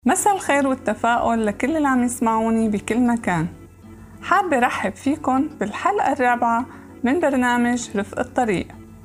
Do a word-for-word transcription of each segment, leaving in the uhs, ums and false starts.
مساء الخير والتفاؤل لكل اللي عم يسمعوني بكل مكان. حابة رحب فيكن بالحلقة الرابعة من برنامج رفق الطريق.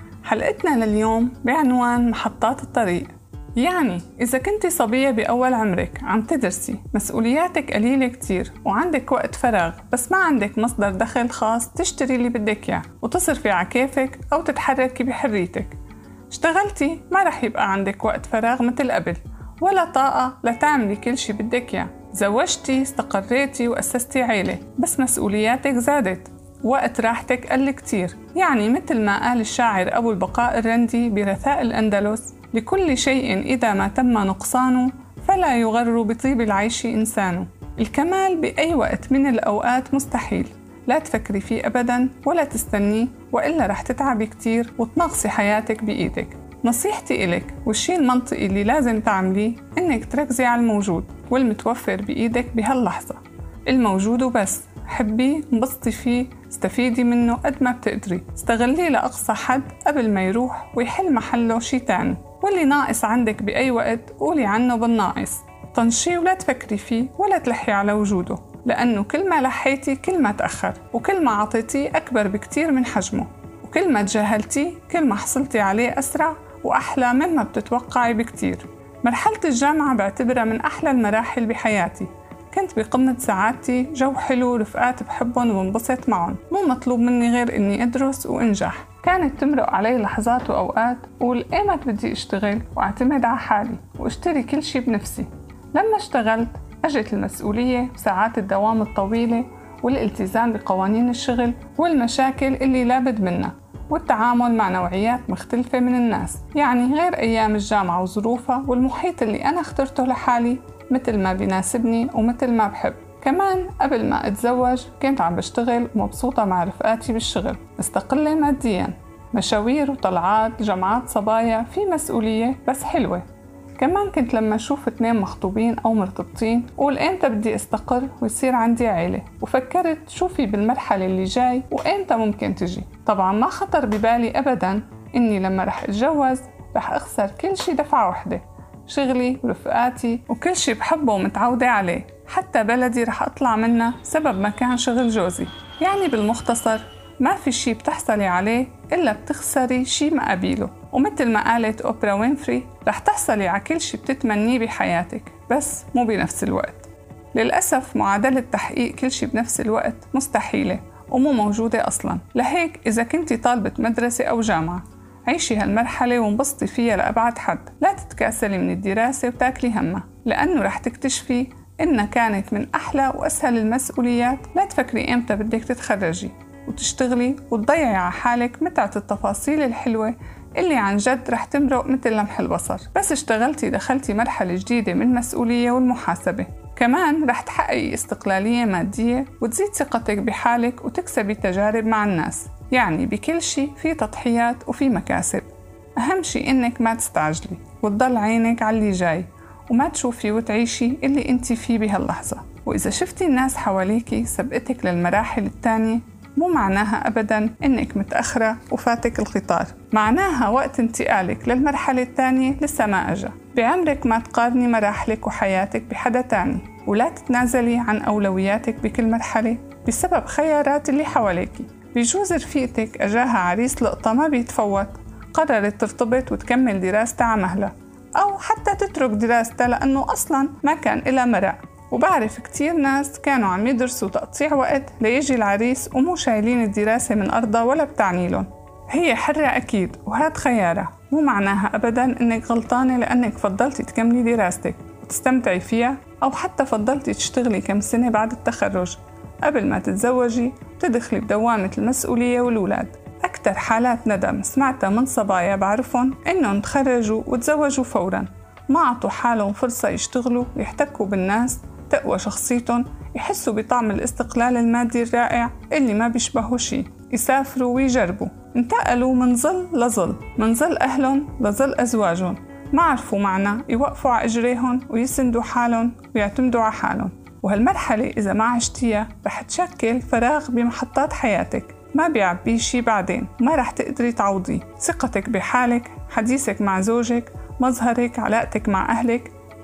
حلقتنا لليوم بعنوان محطات الطريق. يعني إذا كنتي صبية بأول عمرك عم تدرسي، مسؤولياتك قليلة كتير وعندك وقت فراغ بس ما عندك مصدر دخل خاص تشتري اللي بدك إياه وتصرفي على كيفك أو تتحركي بحريتك. اشتغلتي ما رح يبقى عندك وقت فراغ مثل قبل ولا طاقة لتعملي كل شي بدك إياه. زوجتي، استقريتي وأسستي عيلة بس مسؤولياتك زادت، وقت راحتك قل كتير. يعني مثل ما قال الشاعر أبو البقاء الرندي برثاء الأندلس: لكل شيء إذا ما تم نقصانه فلا يغر بطيب العيش إنسانه. الكمال بأي وقت من الأوقات مستحيل، لا تفكري فيه أبداً ولا تستنيه، وإلا رح تتعبي كتير وتنقصي حياتك بإيدك. نصيحتي إلك والشي المنطقي اللي لازم تعمليه إنك تركزي على الموجود والمتوفر بإيدك بهاللحظة. الموجود وبس، حبيه، انبسطي فيه، استفيدي منه قد ما بتقدري، استغليه لأقصى حد قبل ما يروح ويحل محله شي تاني. واللي ناقص عندك بأي وقت قولي عنه بالناقص، طنشيه ولا تفكري فيه ولا تلحي على وجوده، لأنه كل ما لحيتي كل ما تأخر، وكل ما عطيتيه أكبر بكتير من حجمه، وكل ما تجاهلتيه كل ما حصلتي عليه أسرع وأحلى مما بتتوقعي بكتير. مرحلة الجامعة بعتبرها من أحلى المراحل بحياتي. كنت بقمة سعادتي، جو حلو، رفقات بحبهم وبنبسط معهم، مو مطلوب مني غير إني أدرس وإنجح. كانت تمرق علي لحظات وأوقات قول إيمت بدي أشتغل وأعتمد على حالي وأشتري كل شي بنفسي. لما اشتغلت أجت المسؤولية وساعات الدوام الطويلة والالتزام بقوانين الشغل والمشاكل اللي لابد منها، والتعامل مع نوعيات مختلفة من الناس. يعني غير أيام الجامعة وظروفها والمحيط اللي أنا اخترته لحالي مثل ما بيناسبني ومثل ما بحب. كمان قبل ما أتزوج كنت عم بشتغل ومبسوطة مع رفقاتي بالشغل، مستقلة مادياً، مشاوير وطلعات، جمعات صبايا، في مسؤولية بس حلوة. كمان كنت لما أشوف اثنين مخطوبين أو مرتبطين قول إمتى بدي أستقر ويصير عندي عيلة، وفكرت شوفي بالمرحلة اللي جاي وإمتى ممكن تجي. طبعا ما خطر ببالي أبدا إني لما رح أتجوز رح أخسر كل شي دفعة وحدة، شغلي ورفقاتي وكل شي بحبه ومتعودة عليه، حتى بلدي رح أطلع منها سبب مكان شغل جوزي. يعني بالمختصر ما في شي بتحصلي عليه إلا بتخسري شي مقابله. ومثل ما قالت أوبرا وينفري: رح تحصلي على كل شي بتتمنيه بحياتك بس مو بنفس الوقت. للأسف معادلة تحقيق كل شي بنفس الوقت مستحيلة ومو موجودة أصلاً. لهيك إذا كنتي طالبة مدرسة أو جامعة عيشي هالمرحلة وانبسطي فيها لأبعد حد، لا تتكاسلي من الدراسة وتاكلي همها، لأنه رح تكتشفي إنها كانت من أحلى وأسهل المسؤوليات. لا تفكري إمتى بدك تتخرجي وتشتغلي وتضيعي على حالك متعة التفاصيل الحلوة اللي عن جد رح تمرق مثل لمح البصر. بس اشتغلتي دخلتي مرحلة جديدة من المسؤولية والمحاسبة. كمان رح تحققي استقلالية مادية وتزيد ثقتك بحالك وتكسبي تجارب مع الناس. يعني بكل شي في تضحيات وفي مكاسب. أهم شي إنك ما تستعجلي وتضل عينك على اللي جاي وما تشوفي وتعيشي اللي انتي فيه بهاللحظة. وإذا شفتي الناس حواليكي سبقتك للمراحل التانية مو معناها أبداً إنك متأخرة وفاتك القطار، معناها وقت انتقالك للمرحلة الثانية لسه ما أجا. بعمرك ما تقارني مراحلك وحياتك بحدا تاني، ولا تتنازلي عن أولوياتك بكل مرحلة بسبب خيارات اللي حواليكي. بيجوز رفيقتك أجاها عريس لقطة ما بيتفوت، قررت ترتبط وتكمل دراستها على مهلها، أو حتى تترك دراستها لأنه أصلاً ما كان إلها مرق. وبعرف كتير ناس كانوا عم يدرسوا تقطيع وقت ليجي العريس ومو شايلين الدراسة من أرضها ولا بتعنيلهم. هي حرة أكيد وهاد خيارها، مو معناها أبداً إنك غلطانة لأنك فضلتي تكملي دراستك وتستمتعي فيها، أو حتى فضلتي تشتغلي كم سنة بعد التخرج قبل ما تتزوجي وتدخلي بدوامة المسؤولية والولاد. أكتر حالات ندم سمعتها من صبايا بعرفهم إنهم تخرجوا وتزوجوا فوراً، ما عطوا حالهم فرصة يشتغلوا يحتكوا بالناس، تقوى شخصيتهم، يحسوا بطعم الاستقلال المادي الرائع اللي ما بيشبهوا شي، يسافروا ويجربوا. انتقلوا من ظل لظل، من ظل أهلهم لظل أزواجهم، ما عرفوا معنى يوقفوا على إجريهم ويسندوا حالهم ويعتمدوا على حالهم. وهالمرحلة إذا ما عشتيها رح تشكل فراغ بمحطات حياتك ما بيعبيه شي بعدين، ما رح تقدري تعوضيه. ثقتك بحالك، حديثك مع زوجك، مظهرك، علاقتك مع أهلك،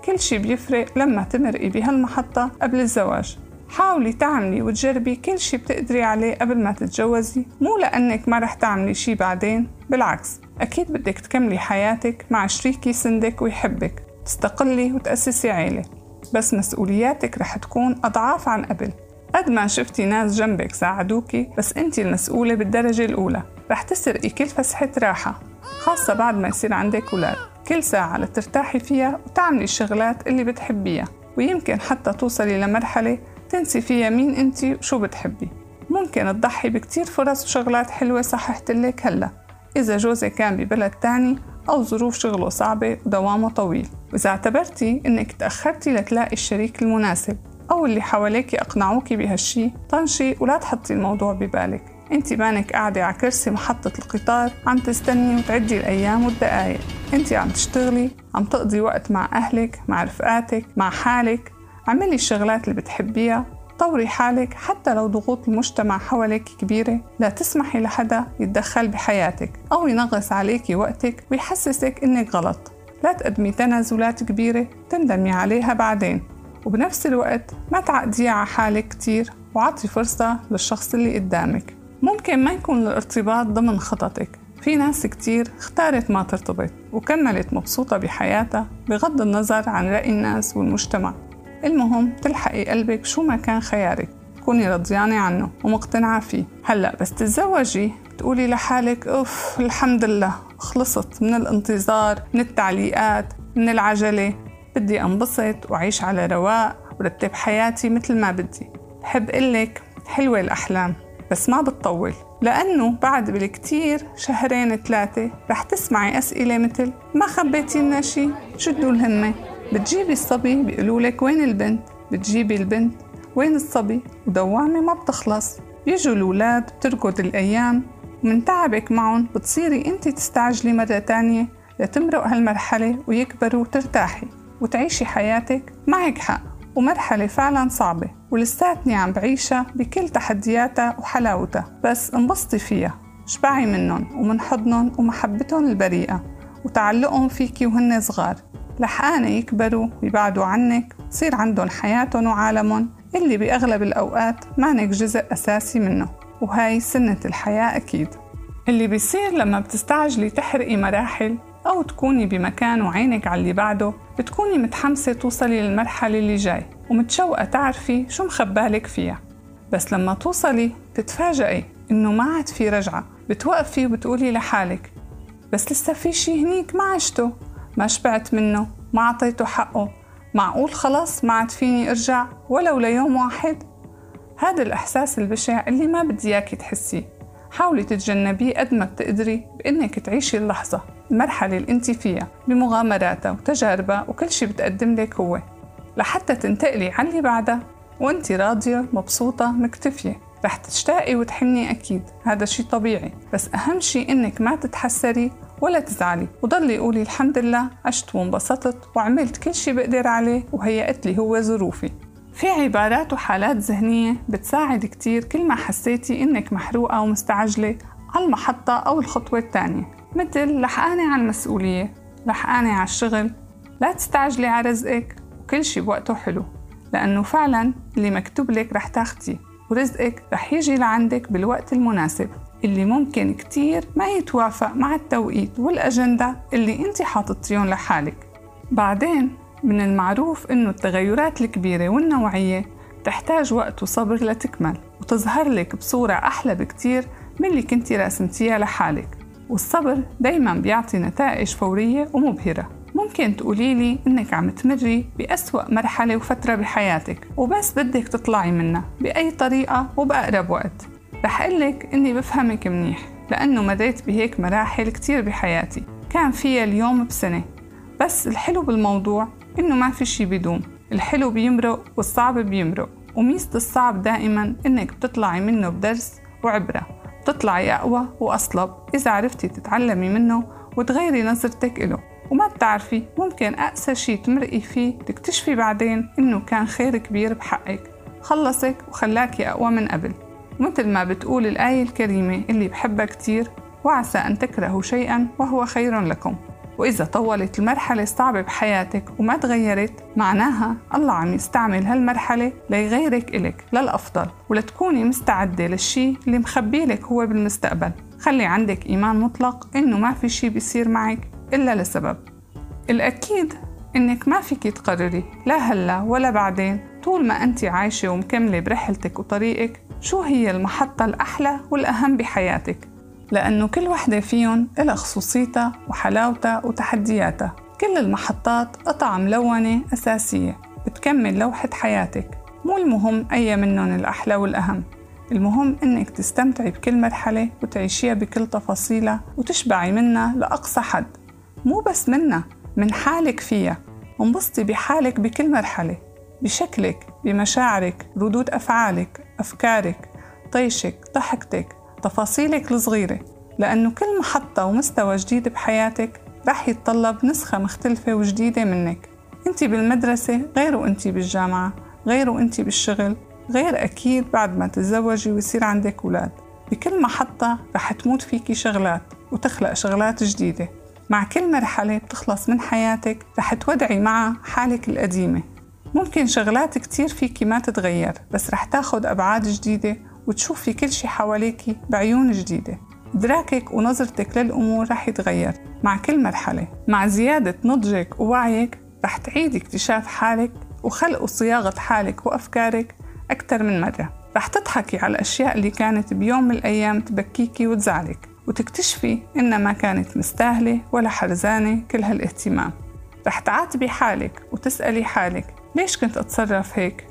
كل شي بيفرق لما تمرقي بهالمحطة قبل الزواج. حاولي تعملي وتجربي كل شي بتقدري عليه قبل ما تتجوزي، مو لأنك ما رح تعملي شي بعدين، بالعكس أكيد بدك تكملي حياتك مع شريك يسندك ويحبك، تستقلي وتأسسي عيلة، بس مسؤولياتك رح تكون أضعاف عن قبل. قد ما شفتي ناس جنبك ساعدوكي، بس انتي المسؤولة بالدرجة الأولى. رح تسرقي كل فسحة راحة، خاصة بعد ما يصير عندك أولاد، كل ساعة لترتاحي فيها وتعملي الشغلات اللي بتحبيها، ويمكن حتى توصلي لمرحلة تنسي فيها مين انتي وشو بتحبي. ممكن تضحي بكتير فرص وشغلات حلوة صححتلك هلا إذا جوزك كان ببلد تاني أو ظروف شغله صعبة ودوامه طويل. وإذا اعتبرتي إنك تأخرتي لتلاقي الشريك المناسب أو اللي حواليكي أقنعوكي بهالشي، طنشي ولا تحطي الموضوع ببالك. انتي مانك قاعدة على كرسي محطة القطار عم تستني وتعدي الأيام والدقايق، انتي عم تشتغلي، عم تقضي وقت مع أهلك، مع رفقاتك، مع حالك. اعملي الشغلات اللي بتحبيها، طوري حالك حتى لو ضغوط المجتمع حواليك كبيرة. لا تسمحي لحدا يتدخل بحياتك أو ينغص عليكي وقتك ويحسسك إنك غلط. لا تقدمي تنازلات كبيرة تندمي عليها بعدين، وبنفس الوقت ما تعقدي على حالك كتير وعطي فرصة للشخص اللي قدامك. ممكن ما يكون الارتباط ضمن خططك، في ناس كتير اختارت ما ترتبط وكملت مبسوطة بحياتها بغض النظر عن رأي الناس والمجتمع. المهم تلحقي قلبك شو ما كان خيارك، كوني رضيانة عنه ومقتنعة فيه. هلأ بس تتزوجي تقولي لحالك أوف الحمد لله خلصت من الانتظار، من التعليقات، من العجلة، بدي أنبسط وأعيش على رواق ورتب حياتي مثل ما بدي. بحب قلك حلوة الأحلام بس ما بتطول، لأنه بعد بالكتير شهرين ثلاثة رح تسمعي أسئلة مثل ما خبيتي لنا شي، شدوا الهمة. بتجيبي الصبي بيقولولك وين البنت، بتجيبي البنت وين الصبي، ودوامة ما بتخلص. بيجوا الولاد بتركض الأيام، ومن تعبك معهم بتصيري انتي تستعجلي مرة تانية لتمرق هالمرحلة ويكبروا وترتاحي وتعيشي حياتك. معك حق، ومرحلة فعلا صعبة ولساتني عم بعيشها بكل تحدياتها وحلاوتها، بس انبسطي فيها، شبعي منهم ومن حضنهم ومحبتهم البريئة وتعلقهم فيكي وهن صغار. لحقانة يكبروا ويبعدوا عنك وتصير عندهم حياتهم وعالمهم اللي بأغلب الأوقات مانك جزء أساسي منه، وهاي سنة الحياة أكيد. اللي بيصير لما بتستعجلي تحرقي مراحل أو تكوني بمكان وعينك على اللي بعده، بتكوني متحمسة توصلي للمرحلة اللي جاي ومتشوقة تعرفي شو مخبالك فيها، بس لما توصلي تتفاجئي إنه ما عاد في رجعة. بتوقفي وبتقولي لحالك بس لسه في شي هنيك ما عشته، ما شبعت منه، ما عطيته حقه، معقول خلاص ما عاد فيني ارجع ولو ليوم واحد؟ هذا الإحساس البشع اللي ما بدي إياكي تحسيه. حاولي تتجنبيه قد ما بتقدري بإنك تعيشي اللحظة، المرحلة اللي انت فيها بمغامراتها وتجاربها وكل شي بتقدم لك هو، لحتى تنتقلي على اللي بعدها وانت راضية مبسوطة مكتفية. رح تشتاقي وتحني أكيد، هذا شي طبيعي، بس أهم شي إنك ما تتحسري ولا تزعلي، وضلي قولي الحمد لله عشت وانبسطت وعملت كل شي بقدر عليه وهيأت لي هو ظروفي. في عبارات وحالات ذهنية بتساعد كتير كل ما حسيتي إنك محروقة ومستعجلة على المحطة أو الخطوة الثانية، مثل لحقانة على المسؤولية، لحقانة على الشغل، لا تستعجلي على رزقك، وكل شي بوقته حلو، لأنه فعلا اللي مكتوب لك رح تاخديه، ورزقك رح يجي لعندك بالوقت المناسب اللي ممكن كتير ما يتوافق مع التوقيت والأجندة اللي انت حاططيون لحالك. بعدين من المعروف إنه التغيرات الكبيرة والنوعية تحتاج وقت وصبر لتكمل وتظهر لك بصورة أحلى بكتير من اللي كنتي راسمتيها لحالك، والصبر دايما بيعطي نتائج فورية ومبهرة. ممكن تقوليلي إنك عم تمري بأسوأ مرحلة وفترة بحياتك وبس بدك تطلعي منها بأي طريقة وبأقرب وقت. رح قلك إني بفهمك منيح، لأنه مريت بهيك مراحل كتير بحياتي كان فيها اليوم بسنة. بس الحلو بالموضوع إنه ما في شي بيدوم، الحلو بيمرق والصعب بيمرق، وميزة الصعب دائما إنك بتطلعي منه بدرس وعبرة، بتطلعي أقوى وأصلب إذا عرفتي تتعلمي منه وتغيري نظرتك إله. وما بتعرفي ممكن أقسى شي تمرقي فيه تكتشفي بعدين إنه كان خير كبير بحقك، خلصك وخلاكي أقوى من قبل. مثل ما بتقول الآية الكريمة اللي بحبها كتير: وعسى أن تكرهوا شيئا وهو خير لكم، وإذا طولت المرحلة الصعبة بحياتك وما تغيرت، معناها الله عم يستعمل هالمرحلة ليغيرك إلك للأفضل، ولتكوني مستعدة للشي اللي مخبيلك هو بالمستقبل. خلي عندك إيمان مطلق إنه ما في شي بيصير معك إلا لسبب. الأكيد إنك ما فيكي تقرري لا هلا ولا بعدين طول ما أنت عايشة ومكملة برحلتك وطريقك شو هي المحطة الأحلى والأهم بحياتك، لأنه كل وحدة فيهم إلها خصوصيتها وحلاوتها وتحدياتها. كل المحطات قطعة ملونة أساسية بتكمل لوحة حياتك، مو المهم أي منهم الأحلى والأهم، المهم إنك تستمتعي بكل مرحلة وتعيشيها بكل تفاصيلها وتشبعي منها لأقصى حد، مو بس منها، من حالك فيها. وانبسطي بحالك بكل مرحلة، بشكلك، بمشاعرك، ردود أفعالك، أفكارك، طيشك، ضحكتك، تفاصيلك الصغيرة، لأنه كل محطة ومستوى جديد بحياتك رح يتطلب نسخة مختلفة وجديدة منك. انتي بالمدرسة غير وانتي بالجامعة، غير وانتي بالشغل، غير أكيد بعد ما تتزوجي ويصير عندك أولاد. بكل محطة رح تموت فيكي شغلات وتخلق شغلات جديدة. مع كل مرحلة بتخلص من حياتك رح تودعي معها حالك القديمة. ممكن شغلات كتير فيكي ما تتغير، بس رح تاخد أبعاد جديدة وتشوفي كل شي حواليكي بعيون جديدة. إدراكك ونظرتك للأمور رح يتغير مع كل مرحلة. مع زيادة نضجك ووعيك رح تعيدي اكتشاف حالك وخلق وصياغة حالك وأفكارك أكتر من مرة. رح تضحكي على الأشياء اللي كانت بيوم من الأيام تبكيكي وتزعلك، وتكتشفي إنها ما كانت مستاهلة ولا حرزانة كل هالاهتمام. رح تعاتبي حالك وتسألي حالك ليش كنت أتصرف هيك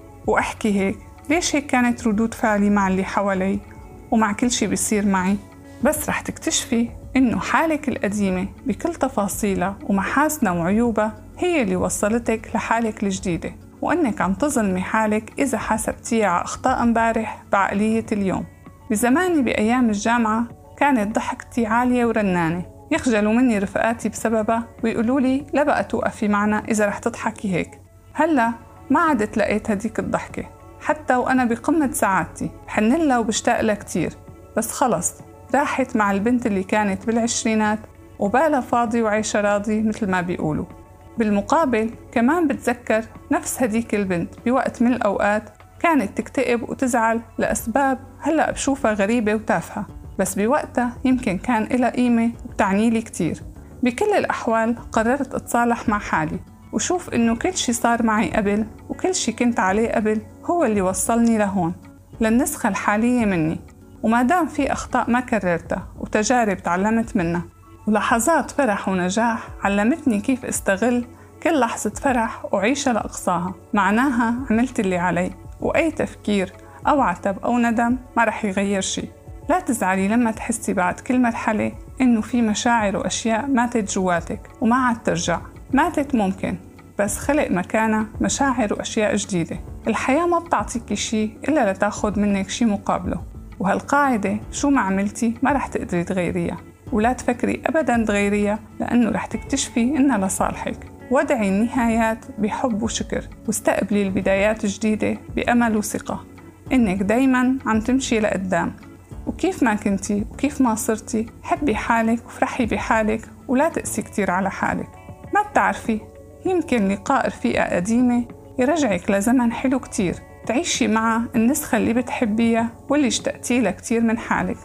وأحكي هيك، ليش هيك كانت ردود فعلي مع اللي حوالي ومع كل شي بيصير معي. بس رح تكتشفي إنه حالك القديمة بكل تفاصيلها ومحاسنها وعيوبها هي اللي وصلتك لحالك الجديدة، وإنك عم تظلمي حالك إذا حاسبتيها على أخطاء امبارح بعقلية اليوم. بزماني بأيام الجامعة كانت ضحكتي عالية ورنانة، يخجلوا مني رفقاتي بسببها ويقولوا لي لا بقى توقفي معنا إذا رح تضحكي هيك. هلأ ما عدت لقيت هديك الضحكة، حتى وأنا بقمة سعادتي بحنلها وبشتاق لها كتير، بس خلص راحت مع البنت اللي كانت بالعشرينات وبالها فاضي وعيشة راضي مثل ما بيقولوا. بالمقابل كمان بتذكر نفس هديك البنت بوقت من الأوقات كانت تكتئب وتزعل لأسباب هلأ بشوفها غريبة وتافهة، بس بوقتها يمكن كان إلها قيمة وبتعني لي كتير. بكل الأحوال قررت أتصالح مع حالي وشوف إنه كل شي صار معي قبل وكل شي كنت عليه قبل هو اللي وصلني لهون، للنسخة الحالية مني. وما دام في أخطاء ما كررتها وتجارب تعلمت منها ولحظات فرح ونجاح علمتني كيف استغل كل لحظة فرح وعيشها لأقصاها، معناها عملت اللي علي، وأي تفكير أو عتب أو ندم ما رح يغير شي. لا تزعلي لما تحسي بعد كل مرحلة إنه في مشاعر وأشياء ماتت جواتك وما عاد ترجع. ماتت ممكن، بس خلق مكانها مشاعر وأشياء جديدة. الحياة ما بتعطيكي شي إلا لتاخد منك شي مقابله، وهالقاعدة شو ما عملتي ما رح تقدري تغيريها، ولا تفكري أبداً تغيريها لأنه رح تكتشفي إنها لصالحك. ودعي النهايات بحب وشكر، واستقبلي البدايات جديدة بأمل وثقة إنك دايماً عم تمشي لقدام. وكيف ما كنتي وكيف ما صرتي حبي حالك وفرحي بحالك ولا تقسي كتير على حالك. ما بتعرفي، يمكن لقاء رفيقة قديمة يرجعك لزمن حلو كتير تعيشي معها النسخة اللي بتحبيها واللي اشتقتي لها كتير من حالك.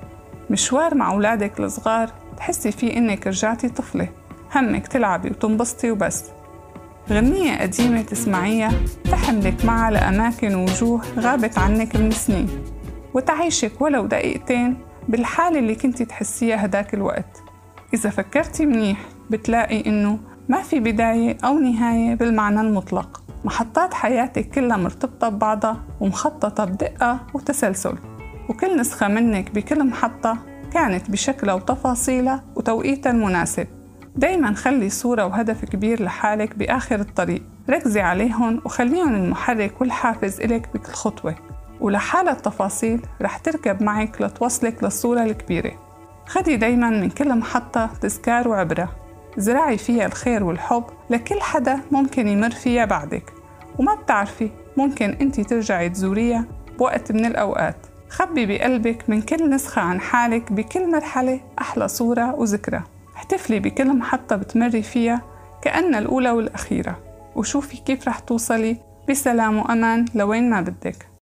مشوار مع أولادك الصغار تحسي فيه إنك رجعتي طفلة، همك تلعبي وتنبسطي وبس. غنية قديمة تسمعيها تحملك معها لأماكن ووجوه غابت عنك من سنين، وتعيشك ولو دقيقتين بالحالة اللي كنتي تحسيها هداك الوقت. إذا فكرتي منيح بتلاقي إنه ما في بداية أو نهاية بالمعنى المطلق. محطات حياتك كلها مرتبطة ببعضها ومخططة بدقة وتسلسل، وكل نسخة منك بكل محطة كانت بشكلها وتفاصيلها وتوقيتها المناسب. دايما خلي صورة وهدف كبير لحالك بآخر الطريق، ركزي عليهم وخليهم المحرك والحافز إلك بكل خطوة، ولحالة التفاصيل رح تركب معك لتوصلك للصورة الكبيرة. خدي دايما من كل محطة تذكار وعبرة، زرعي فيها الخير والحب لكل حدا ممكن يمر فيها بعدك، وما بتعرفي ممكن انتي ترجعي تزوريها بوقت من الأوقات. خبي بقلبك من كل نسخة عن حالك بكل مرحلة أحلى صورة وذكرى. احتفلي بكل محطة بتمري فيها كأنها الأولى والأخيرة، وشوفي كيف رح توصلي بسلام وأمان لوين ما بدك.